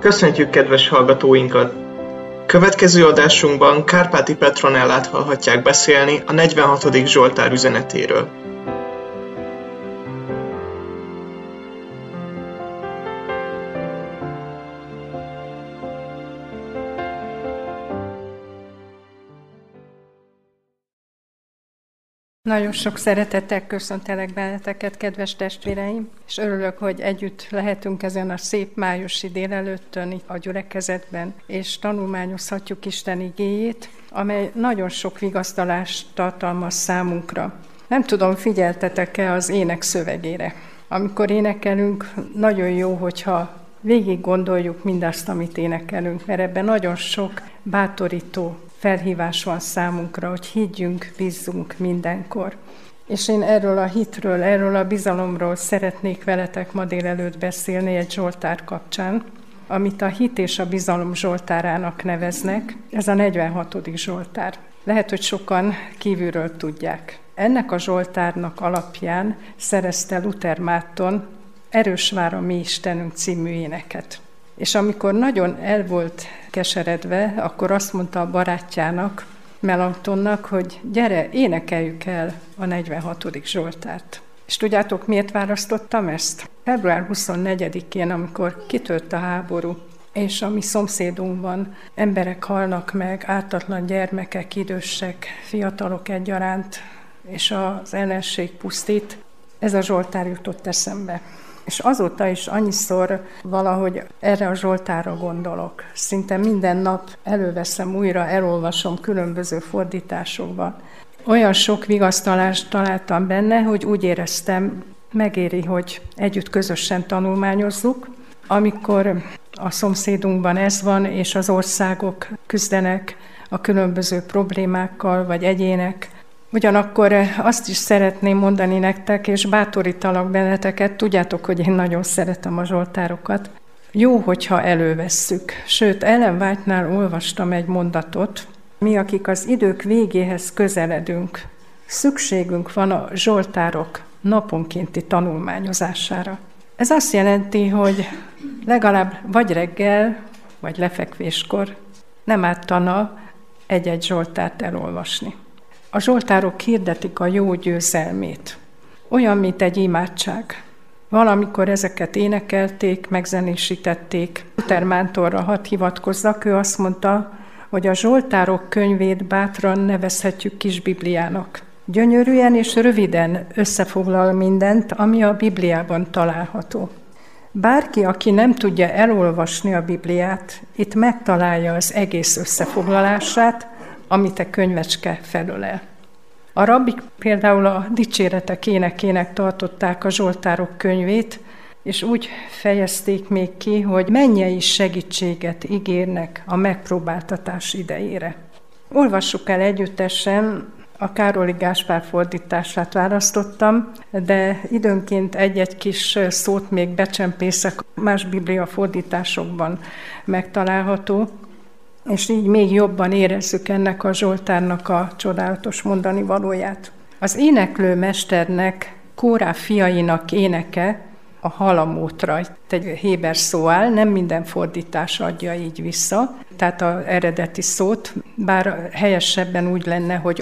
Köszöntjük kedves hallgatóinkat! Következő adásunkban Kárpáti Petronellát hallhatják beszélni a 46. Zsoltár üzenetéről. Nagyon sok szeretettel köszöntelek benneteket, kedves testvéreim, és örülök, hogy együtt lehetünk ezen a szép májusi délelőttön itt a gyülekezetben, és tanulmányozhatjuk Isten igéjét, amely nagyon sok vigasztalást tartalmaz számunkra. Nem tudom, figyeltetek-e az ének szövegére. Amikor énekelünk, nagyon jó, hogyha végig gondoljuk mindazt, amit énekelünk, mert ebben nagyon sok bátorító felhívás van számunkra, hogy higgyünk, bízzunk mindenkor. És én erről a hitről, erről a bizalomról szeretnék veletek ma délelőtt beszélni egy zsoltár kapcsán, amit a hit és a bizalom zsoltárának neveznek. Ez a 46. zsoltár. Lehet, hogy sokan kívülről tudják. Ennek a zsoltárnak alapján szerezte Luther Márton Erős vár a mi Istenünk című éneket. És amikor nagyon el volt keseredve, akkor azt mondta a barátjának, Melanchthonnak, hogy gyere, énekeljük el a 46. zsoltárt. És tudjátok, miért választottam ezt? Február 24-én, amikor kitört a háború, és a mi szomszédunkban emberek halnak meg, ártatlan gyermekek, idősek, fiatalok egyaránt, és az ellenség pusztít, ez a zsoltár jutott eszembe. És azóta is annyiszor valahogy erre a zsoltárra gondolok. Szinte minden nap előveszem újra, elolvasom különböző fordításokban. Olyan sok vigasztalást találtam benne, hogy úgy éreztem, megéri, hogy együtt közösen tanulmányozzuk. Amikor a szomszédunkban ez van, és az országok küzdenek a különböző problémákkal, vagy egyének, ugyanakkor azt is szeretném mondani nektek, és bátorítalak benneteket, tudjátok, hogy én nagyon szeretem a zsoltárokat. Jó, hogyha elővesszük. Sőt, Ellen White-nál olvastam egy mondatot, mi, akik az idők végéhez közeledünk, szükségünk van a zsoltárok naponkénti tanulmányozására. Ez azt jelenti, hogy legalább vagy reggel, vagy lefekvéskor nem ártana egy-egy zsoltárt elolvasni. A zsoltárok hirdetik a jó győzelmét. Olyan, mint egy imádság. Valamikor ezeket énekelték, megzenésítették. Luther Mántorra hadd hivatkozzak, ő azt mondta, hogy a zsoltárok könyvét bátran nevezhetjük kis Bibliának. Gyönyörűen és röviden összefoglal mindent, ami a Bibliában található. Bárki, aki nem tudja elolvasni a Bibliát, itt megtalálja az egész összefoglalását, amit a könyvecske felölel. A rabbik például a dicséretek énekének tartották a zsoltárok könyvét, és úgy fejezték még ki, hogy mennyei segítséget ígérnek a megpróbáltatás idejére. Olvassuk el együttesen, a Károli Gáspár fordítását választottam, de időnként egy-egy kis szót még becsempészek, más biblia fordításokban megtalálható, és így még jobban érezzük ennek a zsoltárnak a csodálatos mondani valóját. Az éneklő mesternek, Kórá fiainak éneke a halamótra. Itt egy héber szó áll, nem minden fordítás adja így vissza, tehát az eredeti szót, bár helyesebben úgy lenne, hogy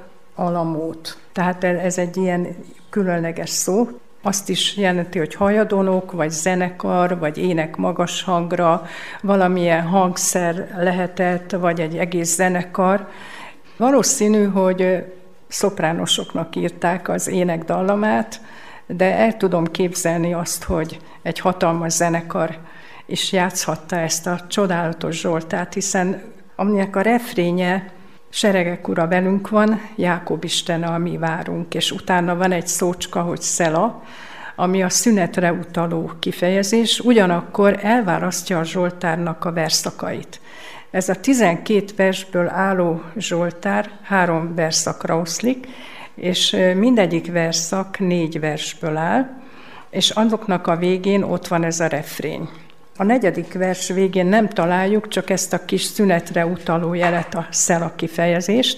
alamót. Tehát ez egy ilyen különleges szó. Azt is jelenti, hogy hajadonok, vagy zenekar, vagy ének magas hangra, valamilyen hangszer lehetett, vagy egy egész zenekar. Valószínű, hogy szopránosoknak írták az ének dallamát, de el tudom képzelni azt, hogy egy hatalmas zenekar is játszhatta ezt a csodálatos zsoltárt, hiszen aminek a refrénye seregek ura velünk van, Jákob Istene, a mi várunk, és utána van egy szócska, hogy Szela, ami a szünetre utaló kifejezés, ugyanakkor elválasztja a zsoltárnak a versszakait. Ez a 12 versből álló zsoltár 3 versszakra oszlik, és mindegyik versszak 4 versből áll, és azoknak a végén ott van ez a refrény. A 4. vers végén nem találjuk csak ezt a kis szünetre utaló jelet, a Szela kifejezést,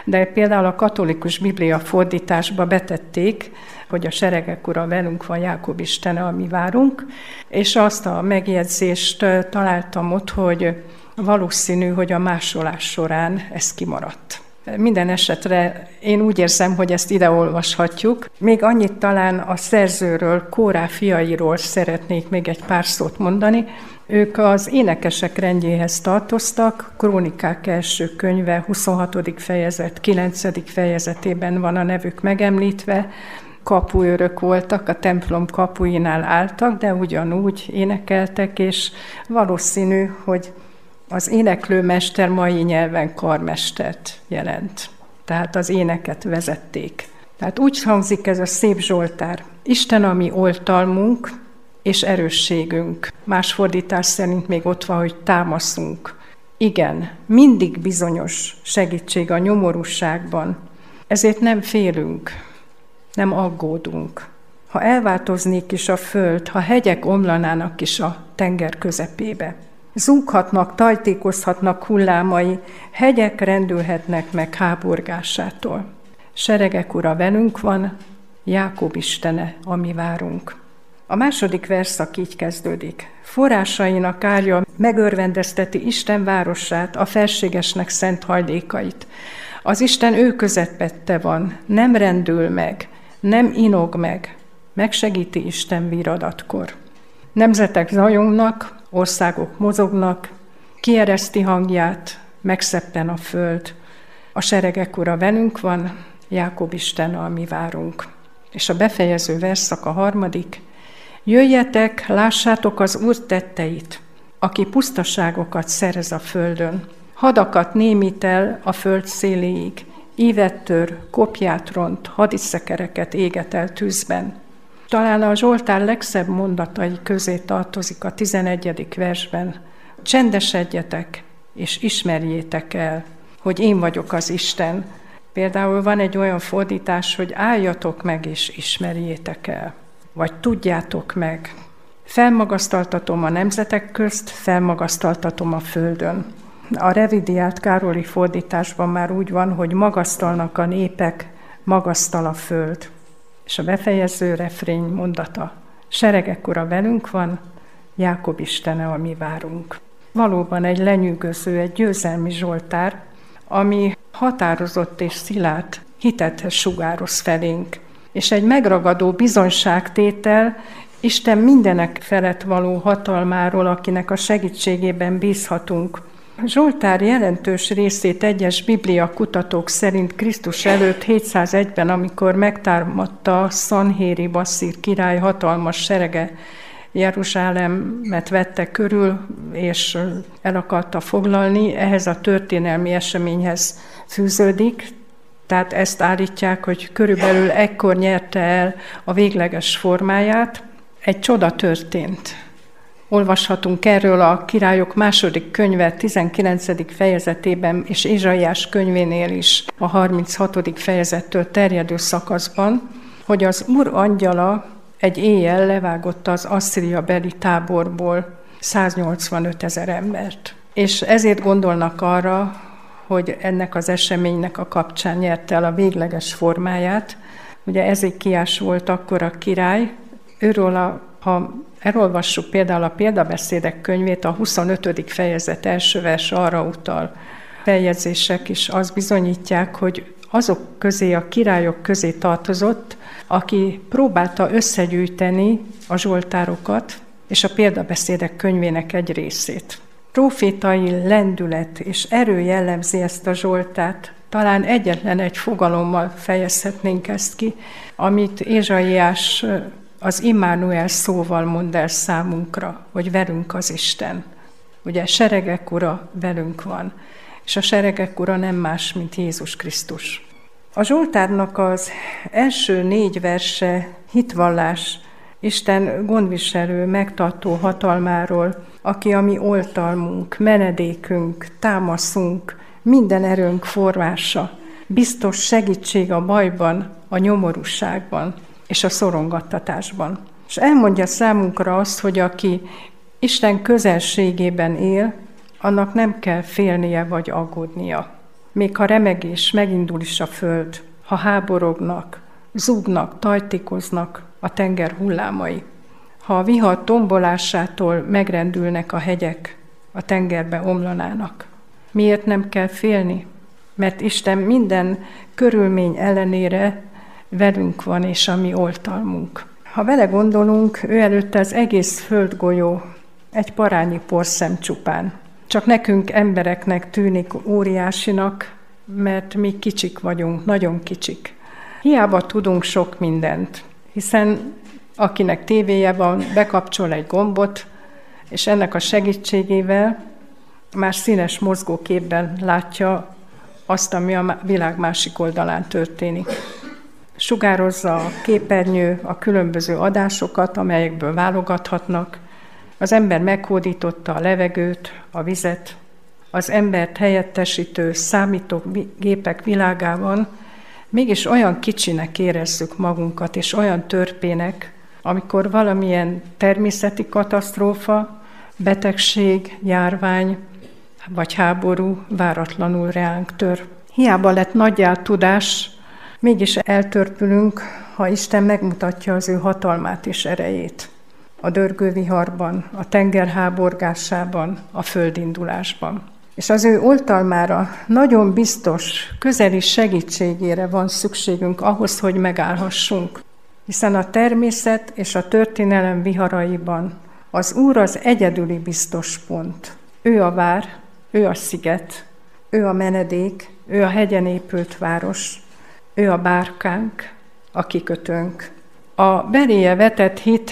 de például a katolikus Biblia fordításba betették, hogy a seregek ura velünk van, Jákob Istene, a mi várunk, és azt a megjegyzést találtam ott, hogy valószínű, hogy a másolás során ez kimaradt. Minden esetre én úgy érzem, hogy ezt ide olvashatjuk. Még annyit talán a szerzőről, Kórá fiairól szeretnék még egy pár szót mondani. Ők az énekesek rendjéhez tartoztak, Krónikák első könyve, 26. fejezet, 9. fejezetében van a nevük megemlítve. Kapuőrök voltak, a templom kapuinál álltak, de ugyanúgy énekeltek, és valószínű, hogy az éneklőmester mai nyelven karmestert jelent. Tehát az éneket vezették. Tehát úgy hangzik ez a szép zsoltár. Isten a mi oltalmunk és erősségünk. Más fordítás szerint még ott van, hogy támaszunk. Igen, mindig bizonyos segítség a nyomorúságban. Ezért nem félünk, nem aggódunk. Ha elváltoznék is a föld, ha hegyek omlanának is a tenger közepébe, zúghatnak, tajtékozhatnak hullámai, hegyek rendülhetnek meg háborgásától. Seregek ura velünk van, Jákob Istene, a mi várunk. A második verszak így kezdődik. Forrásainak árja megörvendezteti Isten városát, a felségesnek szent hajlékait. Az Isten ő közepette van, nem rendül meg, nem inog meg, megsegíti Isten viradatkor. Nemzetek zajongnak, országok mozognak, kiereszti hangját, megszeppen a föld. A seregek ura velünk van, Jákob Istene, a mi várunk. És a befejező verszak a harmadik. Jöjjetek, lássátok az Úr tetteit, aki pusztaságokat szerez a földön. Hadakat némít el a föld széléig, ívet tör, kopját ront, hadiszekereket éget el tűzben. Talán a Zsoltár legszebb mondatai közé tartozik a 11. versben. Csendesedjetek, és ismerjétek el, hogy én vagyok az Isten. Például van egy olyan fordítás, hogy álljatok meg, és ismerjétek el, vagy tudjátok meg. Felmagasztaltatom a nemzetek közt, felmagasztaltatom a földön. A revidiált Károli fordításban már úgy van, hogy magasztalnak a népek, magasztal a föld. És a befejező refrén mondata. Seregek ura velünk van, Jákob Istene, a mi várunk. Valóban egy lenyűgöző, egy győzelmi zsoltár, ami határozott és szilárd hitet sugároz felénk. És egy megragadó bizonyságtétel Isten mindenek felett való hatalmáról, akinek a segítségében bízhatunk. Zsoltár jelentős részét egyes biblia kutatók szerint Krisztus előtt 701-ben, amikor megtámadta Szanhéri asszír király hatalmas serege, Jeruzsálemet vette körül, és el akarta foglalni, ehhez a történelmi eseményhez fűződik. Tehát ezt állítják, hogy körülbelül ekkor nyerte el a végleges formáját. Egy csoda történt. Olvashatunk erről a Királyok második könyve 19. fejezetében és Ézsaiás könyvénél is a 36. fejezettől terjedő szakaszban, hogy az Úr angyala egy éjjel levágott az Asszíria beli táborból 185 000 embert. És ezért gondolnak arra, hogy ennek az eseménynek a kapcsán nyerte el a végleges formáját. Ugye Ezékiás volt akkor a király, őről ha elolvassuk például a példabeszédek könyvét, a 25. fejezet első vers arra utal. Feljegyzések is azt bizonyítják, hogy azok közé, a királyok közé tartozott, aki próbálta összegyűjteni a zsoltárokat és a példabeszédek könyvének egy részét. Profétai lendület és erő jellemzi ezt a zsoltárt. Talán egyetlen egy fogalommal fejezhetnénk ezt ki, amit Ézsaiás az Immanuel szóval mond el számunkra, hogy velünk az Isten. Ugye seregek ura velünk van, és a seregek ura nem más, mint Jézus Krisztus. A zsoltárnak az első 4 verse hitvallás, Isten gondviselő, megtartó hatalmáról, aki a mi oltalmunk, menedékünk, támaszunk, minden erőnk forrása, biztos segítség a bajban, a nyomorúságban és a szorongattatásban. És elmondja számunkra azt, hogy aki Isten közelségében él, annak nem kell félnie vagy aggódnia. még ha remegés megindul is a föld, ha háborognak, zúgnak, tajtékoznak a tenger hullámai, ha a vihar tombolásától megrendülnek a hegyek, a tengerbe omlanának. Miért nem kell félni? Mert Isten minden körülmény ellenére velünk van, és a mi oltalmunk. Ha vele gondolunk, ő előtte az egész földgolyó egy parányi porszem csupán. Csak nekünk embereknek tűnik óriásinak, mert mi kicsik vagyunk, nagyon kicsik. Hiába tudunk sok mindent, hiszen akinek tévéje van, bekapcsol egy gombot, és ennek a segítségével már színes mozgóképben látja azt, ami a világ másik oldalán történik. Sugározza a képernyő a különböző adásokat, amelyekből válogathatnak. Az ember meghódította a levegőt, a vizet, az embert helyettesítő számítógépek világában, mégis olyan kicsinek érezzük magunkat, és olyan törpének, amikor valamilyen természeti katasztrófa, betegség, járvány vagy háború váratlanul ránk tör. Hiába lett nagyjá tudás, mégis eltörpülünk, ha Isten megmutatja az ő hatalmát és erejét. A dörgő viharban, a tenger háborgásában, a földindulásban. És az ő oltalmára nagyon biztos, közeli segítségére van szükségünk ahhoz, hogy megállhassunk. Hiszen a természet és a történelem viharaiban az Úr az egyedüli biztos pont. Ő a vár, ő a sziget, ő a menedék, ő a hegyen épült város, ő a bárkánk, a kikötőnk. A beléje vetett hit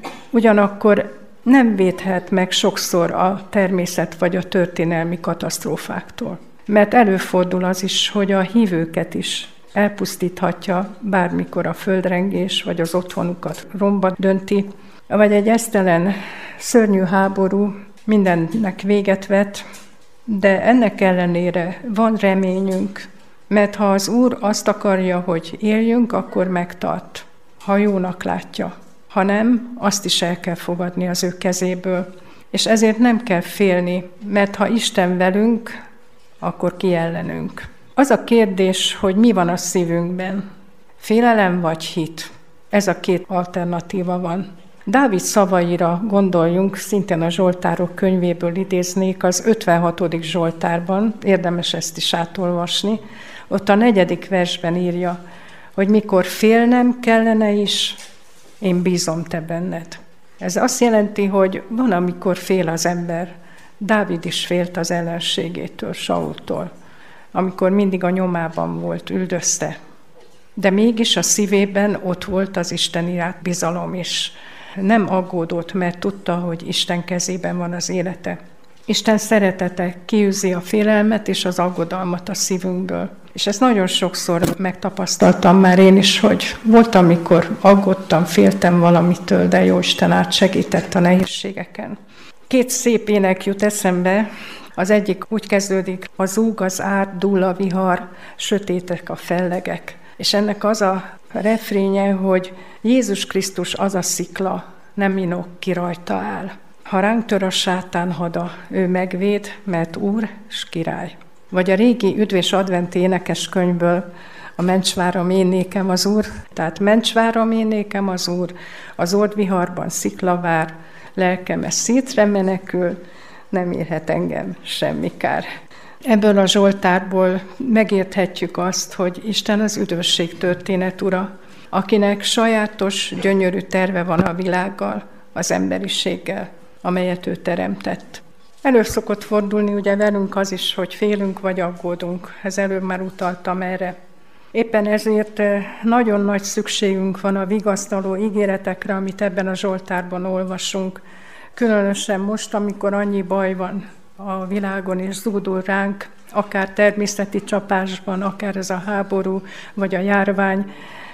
ugyanakkor nem védhet meg sokszor a természet vagy a történelmi katasztrófáktól. Mert előfordul az is, hogy a hívőket is elpusztíthatja bármikor a földrengés, vagy az otthonukat romba dönti, vagy egy esztelen, szörnyű háború mindennek véget vet, de ennek ellenére van reményünk, mert ha az Úr azt akarja, hogy éljünk, akkor megtart, ha jónak látja. Ha nem, azt is el kell fogadni az ő kezéből. És ezért nem kell félni, mert ha Isten velünk, akkor ki ellenünk. Az a kérdés, hogy mi van a szívünkben, félelem vagy hit. Ez a két alternatíva van. Dávid szavaira gondoljunk, szintén a Zsoltárok könyvéből idéznék, az 56. Zsoltárban, érdemes ezt is átolvasni, ott a 4. versben írja, hogy mikor félnem kellene is, én bízom te benned. Ez azt jelenti, hogy van, amikor fél az ember. Dávid is félt az ellenségétől, Saultól, amikor mindig a nyomában volt, üldözte. De mégis a szívében ott volt az Isten iránt bizalom is. Nem aggódott, mert tudta, hogy Isten kezében van az élete. Isten szeretete kiűzi a félelmet és az aggodalmat a szívünkből. És ezt nagyon sokszor megtapasztaltam már én is, hogy volt, amikor aggódtam, féltem valamitől, de jó Isten átsegített a nehézségeken. 2 szép ének jut eszembe. Az egyik úgy kezdődik, a zúg, az árd, dúl a vihar, sötétek a fellegek. És ennek az a refrénye, hogy Jézus Krisztus az a szikla, nem minok, ki rajta áll. Ha ránk tör a sátán hada, ő megvéd, mert Úr s király. Vagy a régi Üdv és Adventi énekeskönyvből, a mencsváram én nékem az Úr, tehát mencsváram én nékem az Úr, az ordviharban sziklavár, lelkemes szétre menekül, nem érhet engem semmi kár. Ebből a Zsoltárból megérthetjük azt, hogy Isten az üdvösség történet ura, akinek sajátos, gyönyörű terve van a világgal, az emberiséggel, amelyet ő teremtett. Elő szokott fordulni ugye velünk az is, hogy félünk vagy aggódunk. Ez előbb már utaltam erre. Éppen ezért nagyon nagy szükségünk van a vigasztaló ígéretekre, amit ebben a Zsoltárban olvasunk. Különösen most, amikor annyi baj van a világon és zúdul ránk, akár természeti csapásban, akár ez a háború vagy a járvány,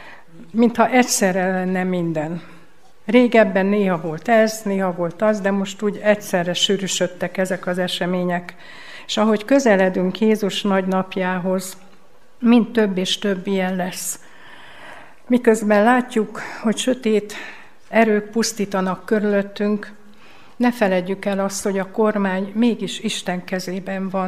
mintha egyszerre lenne minden. Régebben néha volt ez, néha volt az, de most úgy egyszerre sűrűsödtek ezek az események. És ahogy közeledünk Jézus nagy napjához, mind több és több ilyen lesz. Miközben látjuk, hogy sötét erők pusztítanak körülöttünk, ne feledjük el azt, hogy a kormány mégis Isten kezében van.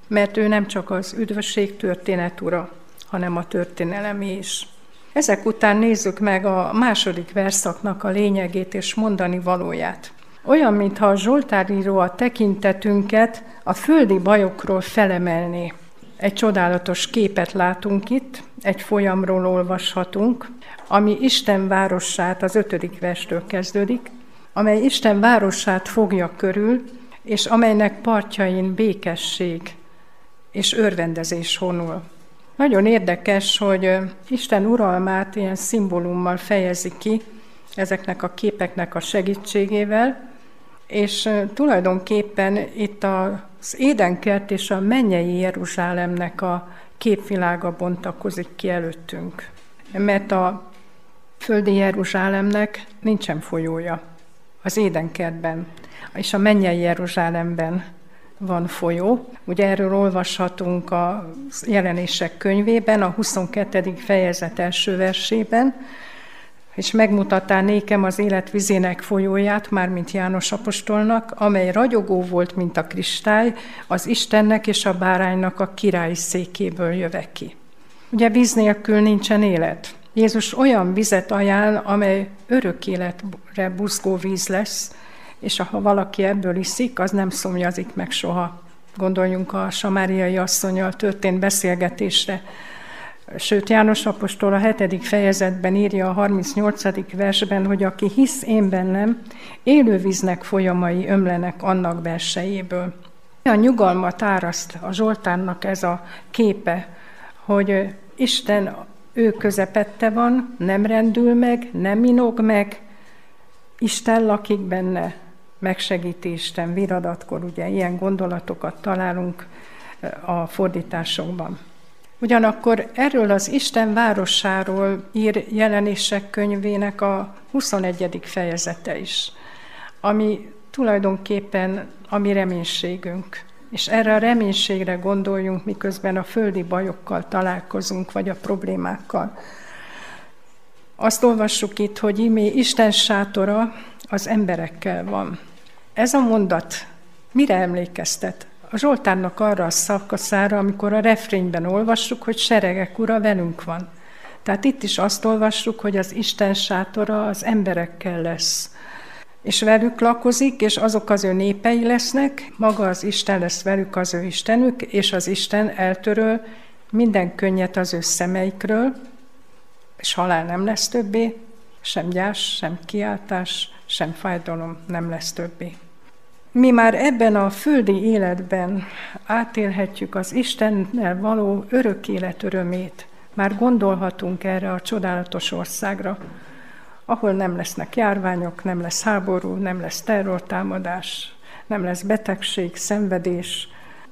mert ő nem csak az üdvösség történet ura, hanem a történelem is. Ezek után nézzük meg a második versszaknak a lényegét és mondani valóját. Olyan, mintha a Zsoltáríró a tekintetünket a földi bajokról felemelné. Egy csodálatos képet látunk itt, egy folyamról olvashatunk, ami Isten városát, az 5. verstől kezdődik, amely Isten városát fogja körül, és amelynek partjain békesség és örvendezés honul. Nagyon érdekes, hogy Isten uralmát ilyen szimbólummal fejezi ki, ezeknek a képeknek a segítségével, és tulajdonképpen itt az Édenkert és a mennyei Jeruzsálemnek a képvilága bontakozik ki előttünk. Mert a földi Jeruzsálemnek nincsen folyója. Az Édenkertben és a mennyei Jeruzsálemben van folyó. Ugye erről olvashatunk a Jelenések könyvében, a 22. fejezet első versében, és megmutattál nékem az élet vizének folyóját, mármint János apostolnak, amely ragyogó volt, mint a kristály, az Istennek és a báránynak a királyi székéből jöve ki. Ugye víz nélkül nincsen élet. Jézus olyan vizet ajánl, amely örök életre buzgó víz lesz, és ha valaki ebből iszik, az nem szomjazik meg soha. Gondoljunk a samáriai asszonnyal történt beszélgetésre. Sőt, János apostol a 7. fejezetben írja a 38. versben, hogy aki hisz én bennem, élő víznek folyamai ömlenek annak belsejéből. Olyan nyugalmat áraszt a Zsoltárnak ez a képe, hogy Isten ő közepette van, nem rendül meg, nem minog meg, Isten lakik benne, megsegíti Isten viradatkor, ugye ilyen gondolatokat találunk a fordításokban. Ugyanakkor erről az Isten városáról ír Jelenések könyvének a 21. fejezete is, ami tulajdonképpen a mi reménységünk. És erre a reménységre gondoljunk, miközben a földi bajokkal találkozunk, vagy a problémákkal. Azt olvassuk itt, hogy íme Isten sátora az emberekkel van. Ez a mondat mire emlékeztet? A Zsoltárnak arra a szakaszára, amikor a refrényben olvassuk, hogy seregek ura velünk van. Tehát itt is azt olvassuk, hogy az Isten sátora az emberekkel lesz. És velük lakozik, és azok az ő népei lesznek, maga az Isten lesz velük az ő Istenük, és az Isten eltöröl minden könnyet az ő szemeikről, és halál nem lesz többé, sem gyász, sem kiáltás, sem fájdalom nem lesz többé. Mi már ebben a földi életben átélhetjük az Istennel való örök élet örömét. Már gondolhatunk erre a csodálatos országra, ahol nem lesznek járványok, nem lesz háború, nem lesz terrortámadás, nem lesz betegség, szenvedés.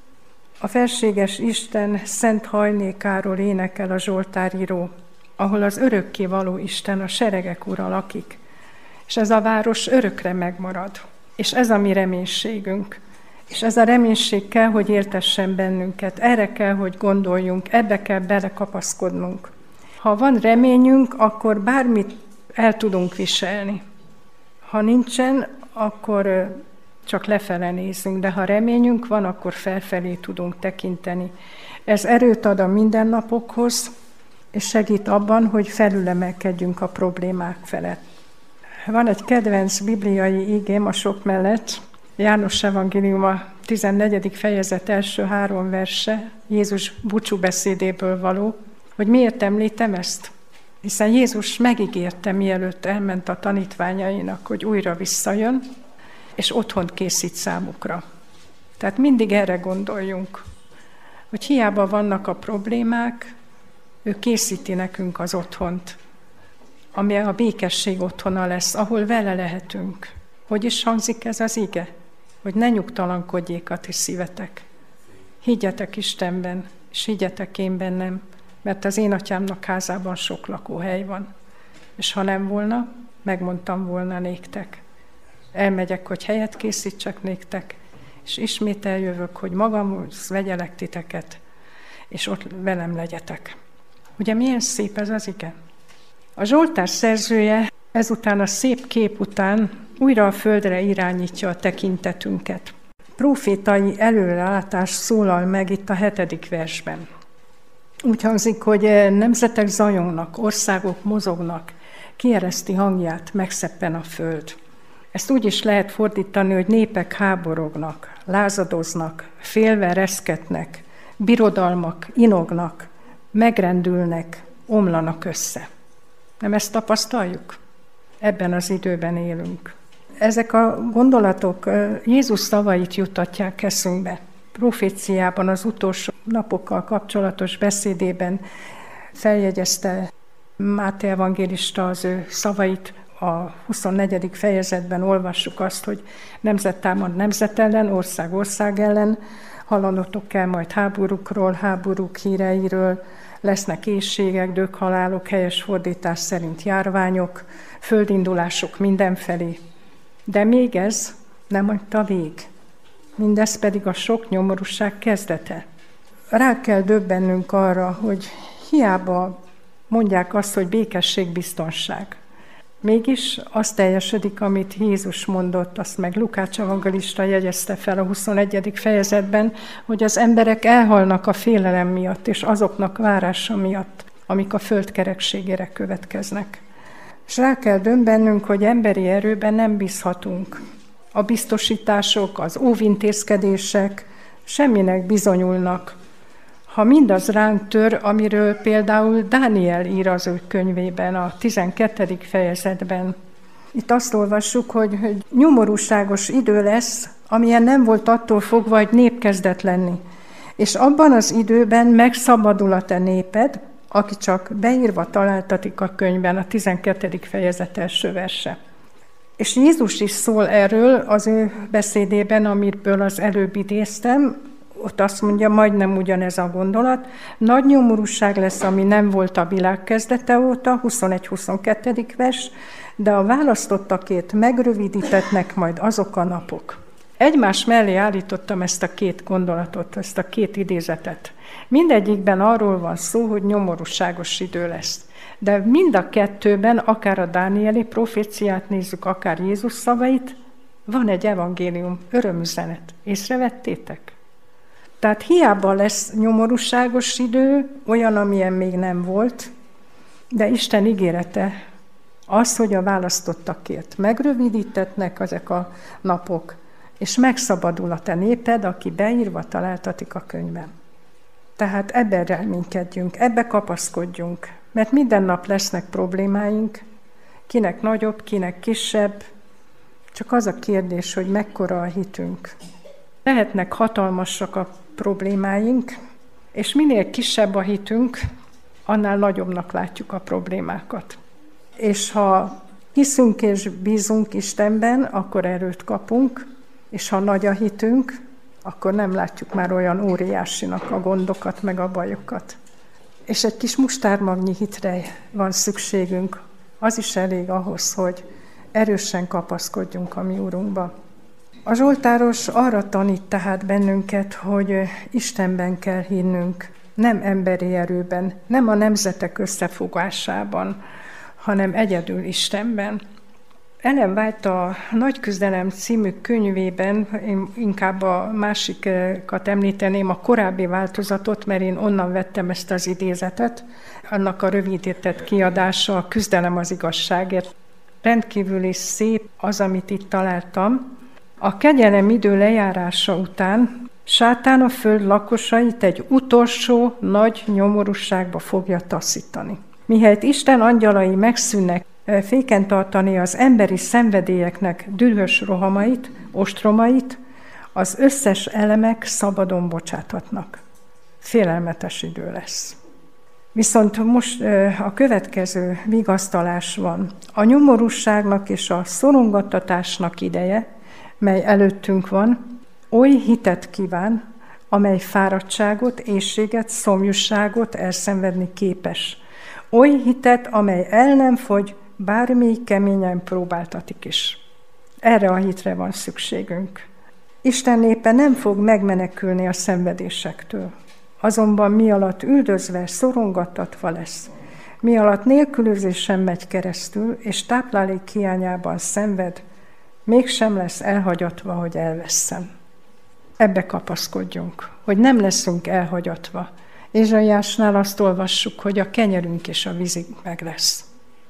A felséges Isten szent hajnékáról énekel a Zsoltáríró, ahol az örökkévaló Isten, a seregek ura lakik, és ez a város örökre megmarad. És ez a mi reménységünk. És ez a reménység kell, hogy éltessen bennünket. Erre kell, hogy gondoljunk, ebbe kell belekapaszkodnunk. Ha van reményünk, akkor bármit el tudunk viselni. Ha nincsen, akkor csak lefele nézünk, de ha reményünk van, akkor felfelé tudunk tekinteni. Ez erőt ad a mindennapokhoz, és segít abban, hogy felülemelkedjünk a problémák felett. Van egy kedvenc bibliai igém a sok mellett, János evangéliuma 14. fejezet első 3 verse, Jézus búcsúbeszédéből való, hogy miért említem ezt? Hiszen Jézus megígérte, mielőtt elment a tanítványainak, hogy újra visszajön, és otthont készít számukra. Tehát mindig erre gondoljunk, hogy hiába vannak a problémák, ő készíti nekünk az otthont, ami a békesség otthona lesz, ahol vele lehetünk. Hogy is hangzik ez az ige? Hogy ne nyugtalankodjék a ti szívetek. Higgyetek Istenben, és higgyetek én bennem, mert az én atyámnak házában sok lakóhely van. És ha nem volna, megmondtam volna néktek. Elmegyek, hogy helyet készítsek néktek, és ismét eljövök, hogy magamhoz vegyelek titeket, és ott velem legyetek. Ugye milyen szép ez az ige? A Zsoltár szerzője ezután a szép kép után újra a földre irányítja a tekintetünket. Profétai előrelátás szólal meg itt a 7. versben. Úgy hangzik, hogy nemzetek zajongnak, országok mozognak, kiereszti hangját, megszeppen a föld. Ezt úgy is lehet fordítani, hogy népek háborognak, lázadoznak, félve reszketnek, birodalmak inognak, megrendülnek, omlanak össze. Nem ezt tapasztaljuk? Ebben az időben élünk. Ezek a gondolatok Jézus szavait juttatják eszünkbe. Proféciában, az utolsó napokkal kapcsolatos beszédében feljegyezte Máté evangélista az ő szavait. A 24. fejezetben olvassuk azt, hogy nemzet támad nemzet ellen, ország ország ellen, hallanotok kell majd háborúkról, háborúk híreiről, lesznek éhségek, döghalálok, helyes fordítás szerint járványok, földindulások mindenfelé. De még ez nem a vég. Mindez pedig a sok nyomorúság kezdete. Rá kell döbbennünk arra, hogy hiába mondják azt, hogy békesség, biztonság. Mégis az teljesedik, amit Jézus mondott, azt meg Lukács evangelista jegyezte fel a 21. fejezetben, hogy az emberek elhalnak a félelem miatt, és azoknak várása miatt, amik a föld kerekségére következnek. És rá kell döbbennünk, hogy emberi erőben nem bízhatunk. A biztosítások, az óvintézkedések semminek bizonyulnak, ha mindaz ránk tör, amiről például Dániel ír az ő könyvében, a 12. fejezetben. Itt azt olvassuk, hogy nyomorúságos idő lesz, amilyen nem volt attól fogva, hogy nép kezdett lenni. És abban az időben megszabadul a te néped, aki csak beírva találtatik a könyvben, a 12. fejezet első verse. És Jézus is szól erről az ő beszédében, amiből az előbb idéztem. Ott azt mondja, majdnem ugyanez a gondolat. Nagy nyomorúság lesz, ami nem volt a világ kezdete óta, 21-22. vers, de a választottakét megrövidítetnek majd azok a napok. Egymás mellé állítottam ezt a két gondolatot, ezt a két idézetet. Mindegyikben arról van szó, hogy nyomorúságos idő lesz. De mind a kettőben, akár a dánieli proféciát nézzük, akár Jézus szavait, van egy evangélium, örömüzenet. Észrevettétek? Tehát hiába lesz nyomorúságos idő, olyan, amilyen még nem volt, de Isten ígérete az, hogy a választottakért megrövidítetnek ezek a napok, és megszabadul a te néped, aki beírva találtatik a könyvben. Tehát ebben reménykedjünk, ebbe kapaszkodjunk, mert minden nap lesznek problémáink, kinek nagyobb, kinek kisebb, csak az a kérdés, hogy mekkora a hitünk. Lehetnek hatalmasak a problémáink, és minél kisebb a hitünk, annál nagyobbnak látjuk a problémákat. És ha hiszünk és bízunk Istenben, akkor erőt kapunk, és ha nagy a hitünk, akkor nem látjuk már olyan óriásinak a gondokat, meg a bajokat. És egy kis mustármagnyi hitre van szükségünk, az is elég ahhoz, hogy erősen kapaszkodjunk a mi Urunkba. A Zsoltáros arra tanít tehát bennünket, hogy Istenben kell hinnünk, nem emberi erőben, nem a nemzetek összefogásában, hanem egyedül Istenben. Ellen White a Nagy küzdelem című könyvében, én inkább a másikat említeném, a korábbi változatot, mert én onnan vettem ezt az idézetet, annak a rövidített kiadása, a Küzdelem az igazságért. Rendkívül is szép az, amit itt találtam. A kegyelem idő lejárása után sátán a föld lakosait egy utolsó nagy nyomorúságba fogja taszítani. Mihelyt Isten angyalai megszűnnek féken tartani az emberi szenvedélyeknek dühös rohamait, ostromait, az összes elemek szabadon bocsáthatnak. Félelmetes idő lesz. Viszont most a következő vigasztalás van. A nyomorúságnak és a szorongattatásnak ideje, mely előttünk van, oly hitet kíván, amely fáradtságot, éhséget, szomjúságot elszenvedni képes. Oly hitet, amely el nem fogy, bármi keményen próbáltatik is. Erre a hitre van szükségünk. Isten népe nem fog megmenekülni a szenvedésektől. Azonban mi alatt üldözve, szorongattatva lesz, mi alatt nélkülözésen megy keresztül, és táplálék hiányában szenved, mégsem lesz elhagyatva, hogy elvesszen. ebbe kapaszkodjunk, hogy nem leszünk elhagyatva. Ézsaiásnál azt olvassuk, hogy a kenyerünk és a vízig meg lesz.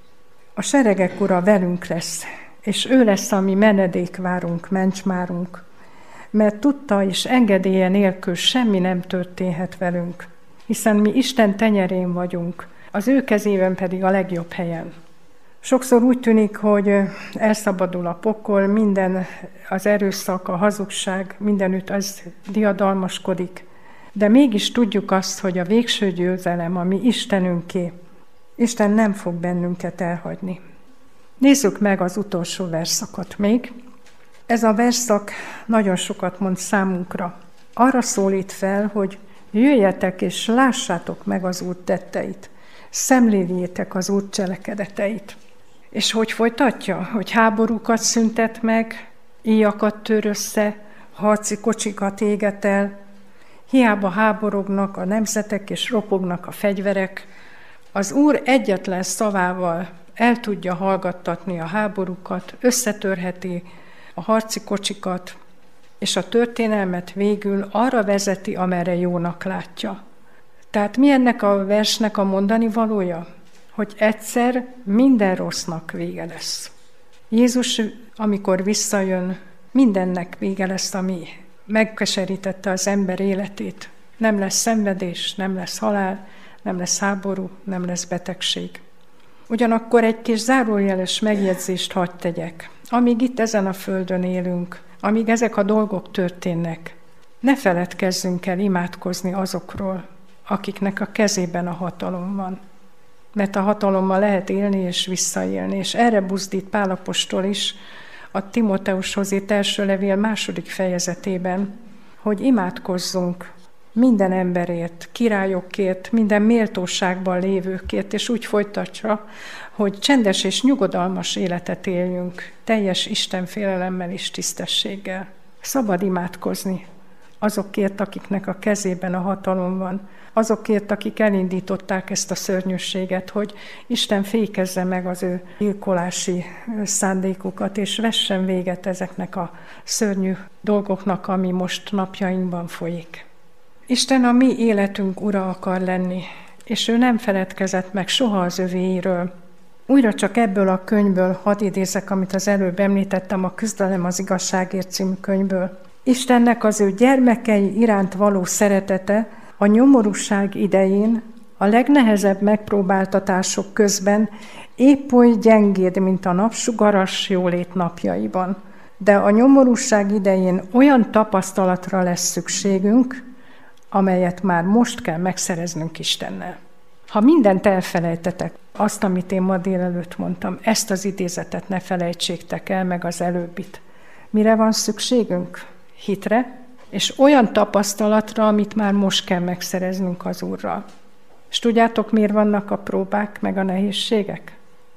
A seregek ura velünk lesz, és ő lesz a mi menedékvárunk, mencsmárunk, mert tudta és engedélye nélkül semmi nem történhet velünk, hiszen mi Isten tenyerén vagyunk, az ő kezében pedig a legjobb helyen. Sokszor úgy tűnik, hogy elszabadul a pokol, minden az erőszak, a hazugság, mindenütt az diadalmaskodik, de mégis tudjuk azt, hogy a végső győzelem, ami Istenünké, Isten nem fog bennünket elhagyni. Nézzük meg az utolsó versszakot még. Ez a versszak nagyon sokat mond számunkra. Arra szólít fel, hogy jöjjetek és lássátok meg az Úr tetteit, szemléljétek az Úr cselekedeteit. És hogy folytatja? Hogy háborúkat szüntet meg, íjakat tör össze, harci kocsikat éget el, hiába háborognak a nemzetek és ropognak a fegyverek, az Úr egyetlen szavával el tudja hallgattatni a háborúkat, összetörheti a harci kocsikat, és a történelmet végül arra vezeti, amerre jónak látja. Tehát mi ennek a versnek a mondani valója? Hogy egyszer minden rossznak vége lesz. Jézus, amikor visszajön, mindennek vége lesz, ami megkeserítette az ember életét. Nem lesz szenvedés, nem lesz halál, nem lesz háború, nem lesz betegség. Ugyanakkor egy kis zárójeles megjegyzést hadd tegyek. Amíg itt ezen a földön élünk, amíg ezek a dolgok történnek, ne feledkezzünk el imádkozni azokról, akiknek a kezében a hatalom van. Mert a hatalommal lehet élni és visszaélni, és erre buzdít Pál apostol is a Timóteushoz írt első levél 2. fejezetében, hogy imádkozzunk minden emberért, királyokért, minden méltóságban lévőkért, és úgy folytatja, hogy csendes és nyugodalmas életet éljünk, teljes istenfélelemmel és tisztességgel. Szabad imádkozni azokért, akiknek a kezében a hatalom van, azokért, akik elindították ezt a szörnyűséget, hogy Isten fékezze meg az ő gyilkolási szándékukat, és vessen véget ezeknek a szörnyű dolgoknak, ami most napjainkban folyik. Isten a mi életünk ura akar lenni, és ő nem feledkezett meg soha az övéiről. Újra csak ebből a könyvből hadd idézek, amit az előbb említettem, a Küzdelem az igazságért című könyvből. Istennek az ő gyermekei iránt való szeretete a nyomorúság idején, a legnehezebb megpróbáltatások közben épp oly gyengéd, mint a napsugaras jólét napjaiban. De a nyomorúság idején olyan tapasztalatra lesz szükségünk, amelyet már most kell megszereznünk Istennel. Ha mindent elfelejtetek, azt, amit én ma délelőtt mondtam, ezt az idézetet ne felejtsétek el, meg az előbbit. Mire van szükségünk? Hitre, és olyan tapasztalatra, amit már most kell megszereznünk az Úrral. És tudjátok, miért vannak a próbák, meg a nehézségek?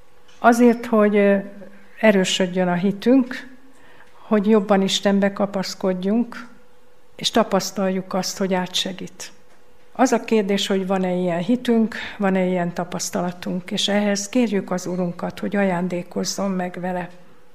Azért, hogy erősödjön a hitünk, hogy jobban Istenbe kapaszkodjunk, és tapasztaljuk azt, hogy átsegít. Az a kérdés, hogy van-e ilyen hitünk, van-e ilyen tapasztalatunk, és ehhez kérjük az Urunkat, hogy ajándékozzon meg vele.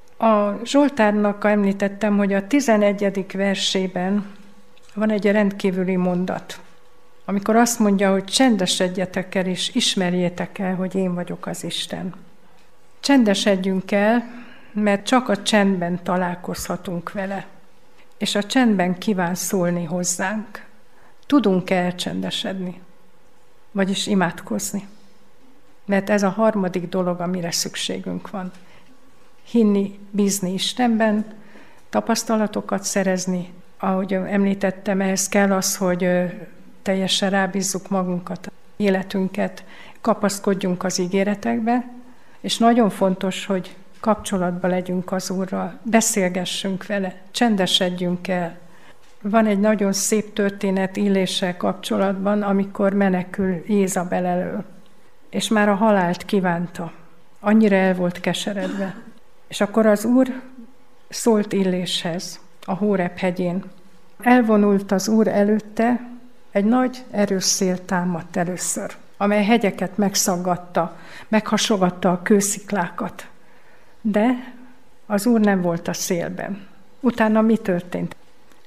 A Zsoltárnak említettem, hogy a 11. versében van egy rendkívüli mondat, amikor azt mondja, hogy csendesedjetek el, és ismerjétek el, hogy én vagyok az Isten. Csendesedjünk el, mert csak a csendben találkozhatunk vele, és a csendben kíván szólni hozzánk. Tudunk-e elcsendesedni, vagyis imádkozni? Mert ez a harmadik dolog, amire szükségünk van. Hinni, bízni Istenben, tapasztalatokat szerezni. Ahogy említettem, ehhez kell az, hogy teljesen rábízzuk magunkat, életünket, kapaszkodjunk az ígéretekbe, és nagyon fontos, hogy kapcsolatban legyünk az Úrral, beszélgessünk vele, csendesedjünk el. Van egy nagyon szép történet Illéssel kapcsolatban, amikor menekül Jézabel elől, és már a halált kívánta. Annyira el volt keseredve. És akkor az Úr szólt Illéshez a Hóreb hegyén. Elvonult az Úr előtte, egy nagy erős szél támadt először, amely hegyeket megszaggatta, meghasogatta a kősziklákat. De az Úr nem volt a szélben. Utána mi történt?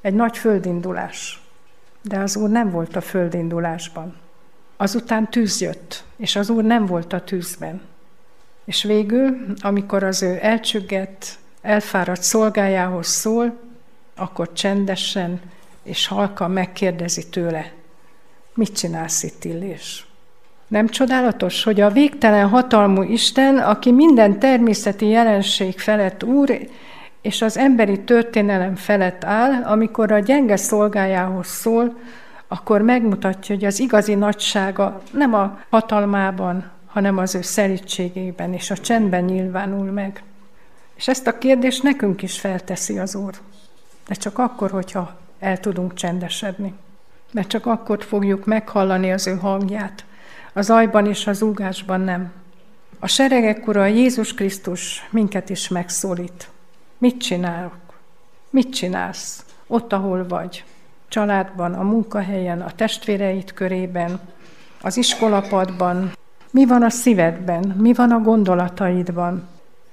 egy nagy földindulás. De az Úr nem volt a földindulásban. Azután tűz jött, és az Úr nem volt a tűzben. És végül, amikor az ő elcsüggett, elfáradt szolgájához szól, akkor csendesen és halkan megkérdezi tőle, mit csinálsz itt, Illés? Nem csodálatos, hogy a végtelen hatalmú Isten, aki minden természeti jelenség felett úr, és az emberi történelem felett áll, amikor a gyenge szolgájához szól, akkor megmutatja, hogy az igazi nagysága nem a hatalmában, hanem az ő szelídségében és a csendben nyilvánul meg. És ezt a kérdést nekünk is felteszi az Úr. De csak akkor, hogyha el tudunk csendesedni. Mert csak akkor fogjuk meghallani az ő hangját. A zajban és a zúgásban nem. A seregek ura, Jézus Krisztus minket is megszólít. Mit csinálok? Mit csinálsz? Ott, ahol vagy. Családban, a munkahelyen, a testvéreid körében, az iskolapadban. Mi van a szívedben? Mi van a gondolataidban?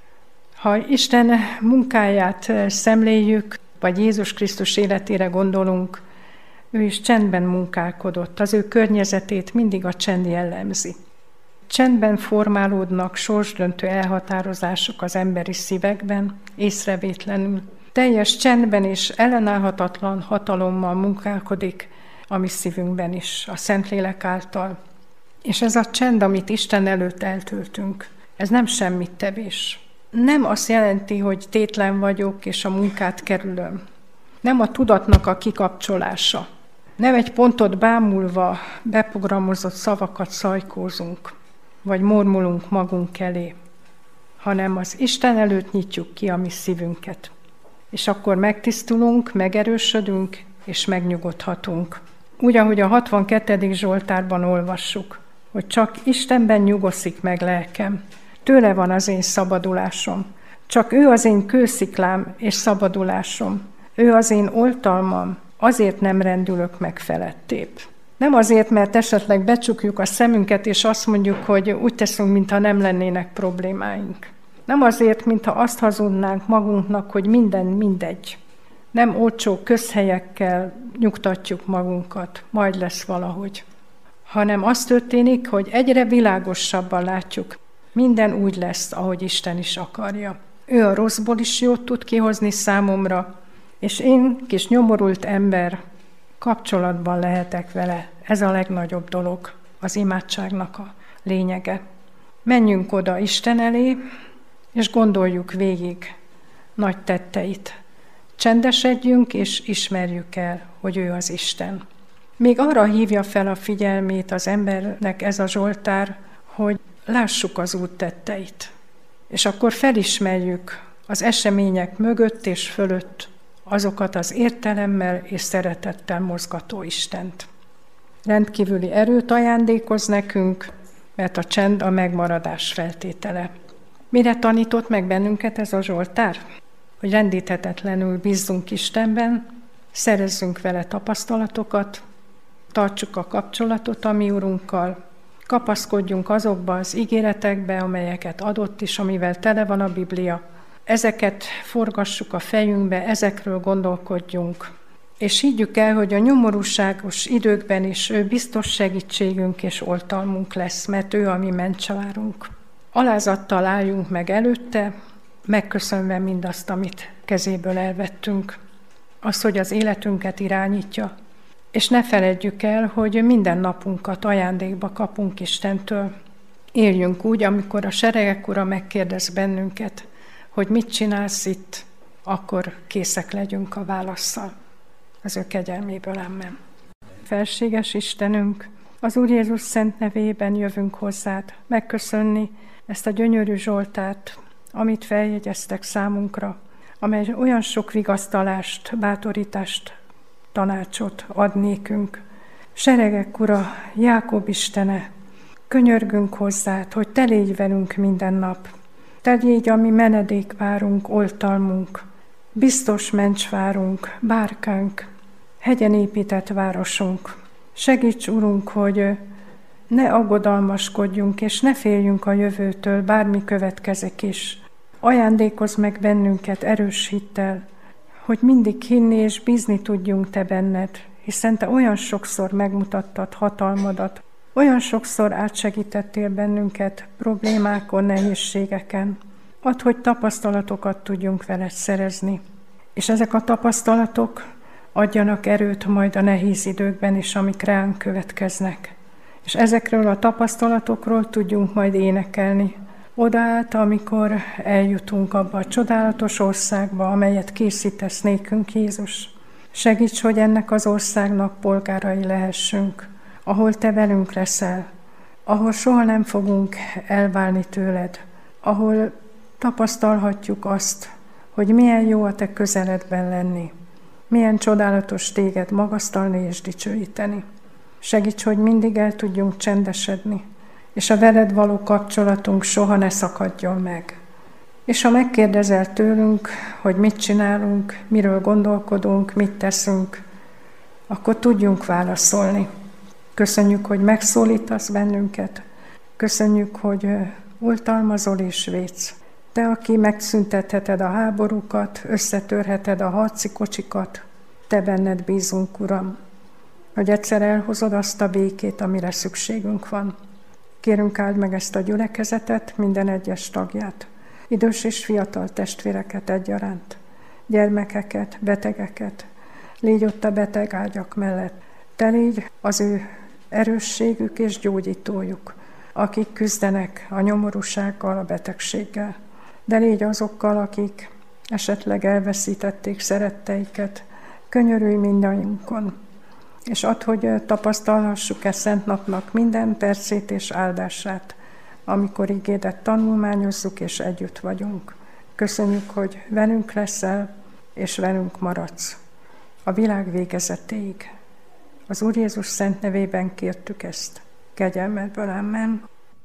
Ha Isten munkáját szemléljük, vagy Jézus Krisztus életére gondolunk, ő is csendben munkálkodott, az ő környezetét mindig a csend jellemzi. Csendben formálódnak sorsdöntő elhatározások az emberi szívekben, észrevétlenül. Teljes csendben és ellenállhatatlan hatalommal munkálkodik a mi szívünkben is, a Szentlélek által. És ez a csend, amit Isten előtt eltöltünk, ez nem semmit tevés. Nem azt jelenti, hogy tétlen vagyok és a munkát kerülöm. Nem a tudatnak a kikapcsolása. Nem egy pontot bámulva beprogramozott szavakat szajkózunk, vagy mormolunk magunk elé, hanem az Isten előtt nyitjuk ki a mi szívünket. És akkor megtisztulunk, megerősödünk, és megnyugodhatunk. Úgy, ahogy a 62. Zsoltárban olvassuk, hogy csak Istenben nyugoszik meg lelkem, tőle van az én szabadulásom. Csak ő az én kősziklám és szabadulásom. Ő az én oltalmam, azért nem rendülök meg felettébb. Nem azért, mert esetleg becsukjuk a szemünket, és azt mondjuk, hogy úgy teszünk, mintha nem lennének problémáink. Nem azért, mintha azt hazudnánk magunknak, hogy minden mindegy. Nem olcsó közhelyekkel nyugtatjuk magunkat, majd lesz valahogy. Hanem az történik, hogy egyre világosabban látjuk, minden úgy lesz, ahogy Isten is akarja. Ő a rosszból is jót tud kihozni számomra, és én, kis nyomorult ember, kapcsolatban lehetek vele. Ez a legnagyobb dolog, az imádságnak a lényege. Menjünk oda Isten elé, és gondoljuk végig nagy tetteit. Csendesedjünk, és ismerjük el, hogy ő az Isten. Még arra hívja fel a figyelmét az embernek ez a Zsoltár, hogy lássuk az Úr tetteit. És akkor felismerjük az események mögött és fölött azokat az értelemmel és szeretettel mozgató Istent. Rendkívüli erőt ajándékoz nekünk, mert a csend a megmaradás feltétele. Mire tanított meg bennünket ez a Zsoltár? Hogy rendíthetetlenül bízzunk Istenben, szerezzünk vele tapasztalatokat, tartsuk a kapcsolatot a mi Urunkkal, kapaszkodjunk azokba az ígéretekbe, amelyeket adott is, amivel tele van a Biblia. Ezeket forgassuk a fejünkbe, ezekről gondolkodjunk. És higgyük el, hogy a nyomorúságos időkben is ő biztos segítségünk és oltalmunk lesz, mert ő a mi mencsvárunk. Alázattal álljunk meg előtte, megköszönve mindazt, amit kezéből elvettünk. Az, hogy az életünket irányítja. És ne feledjük el, hogy minden napunkat ajándékba kapunk Istentől. Éljünk úgy, amikor a seregek ura megkérdez bennünket, hogy mit csinálsz itt, akkor készek legyünk a válasszal. Az ő kegyelméből, amen. Felséges Istenünk, az Úr Jézus szent nevében jövünk hozzád, megköszönni ezt a gyönyörű Zsoltárt, amit feljegyeztek számunkra, amely olyan sok vigasztalást, bátorítást, tanácsot ad nékünk. Seregek ura, Jákob Istene, könyörgünk hozzád, hogy te légy velünk minden nap. Te légy a mi menedékvárunk, oltalmunk, biztos mencsvárunk, bárkánk, hegyen épített városunk. Segíts, Urunk, hogy ne aggodalmaskodjunk, és ne féljünk a jövőtől, bármi következik is. Ajándékozz meg bennünket erős hittel, hogy mindig hinni és bízni tudjunk Te benned, hiszen Te olyan sokszor megmutattad hatalmadat, olyan sokszor átsegítettél bennünket problémákon, nehézségeken. Add, hogy tapasztalatokat tudjunk veled szerezni, és ezek a tapasztalatok adjanak erőt majd a nehéz időkben is, amik ránk következnek. És ezekről a tapasztalatokról tudjunk majd énekelni, odaállt, amikor eljutunk abba a csodálatos országba, amelyet készítesz nékünk, Jézus. Segíts, hogy ennek az országnak polgárai lehessünk, ahol Te velünk leszel, ahol soha nem fogunk elválni tőled, ahol tapasztalhatjuk azt, hogy milyen jó a Te közeledben lenni, milyen csodálatos Téged magasztalni és dicsőíteni. Segíts, hogy mindig el tudjunk csendesedni, és a veled való kapcsolatunk soha ne szakadjon meg. És ha megkérdezel tőlünk, hogy mit csinálunk, miről gondolkodunk, mit teszünk, akkor tudjunk válaszolni. Köszönjük, hogy megszólítasz bennünket, köszönjük, hogy oltalmazol és védsz. Te, aki megszüntetheted a háborúkat, összetörheted a harci kocsikat, Te benned bízunk, Uram, hogy egyszer elhozod azt a békét, amire szükségünk van. Kérünk, áld meg ezt a gyülekezetet, minden egyes tagját, idős és fiatal testvéreket egyaránt, gyermekeket, betegeket. Légy ott a betegágyak mellett. Te légy az ő erősségük és gyógyítójuk, akik küzdenek a nyomorúsággal, a betegséggel. De légy azokkal, akik esetleg elveszítették szeretteiket, könyörülj mindannyiunkon, és add, hogy tapasztalhassuk szent napnak minden percét és áldását, amikor igédet tanulmányozzuk és együtt vagyunk. Köszönjük, hogy velünk leszel, és velünk maradsz a világ végezetéig. Az Úr Jézus szent nevében kértük ezt. Kegyelmedből, amen.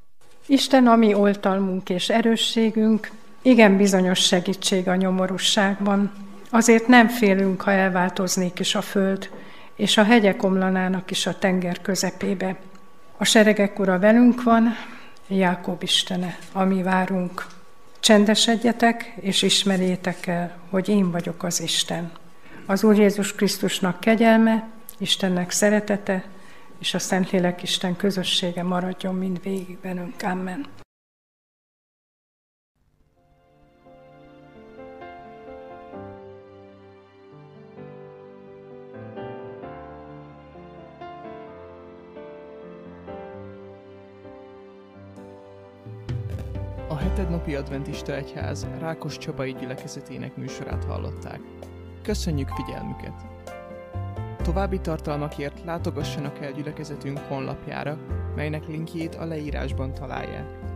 Isten, a mi oltalmunk és erősségünk, igen bizonyos segítség a nyomorúságban. Azért nem félünk, ha elváltoznék is a föld, és a hegyek omlanának is a tenger közepébe. A seregek Ura velünk van, Jákob Istene, a mi várunk. Csendesedjetek, és ismerjétek el, hogy én vagyok az Isten. Az Úr Jézus Krisztusnak kegyelme, Istennek szeretete, és a Szentlélek Isten közössége maradjon mindvégig bennünk. Amen. A hetednapi adventista egyház Rákoscsabai gyülekezetének műsorát hallották. Köszönjük figyelmüket! További tartalmakért látogassanak el gyülekezetünk honlapjára, melynek linkjét a leírásban találják.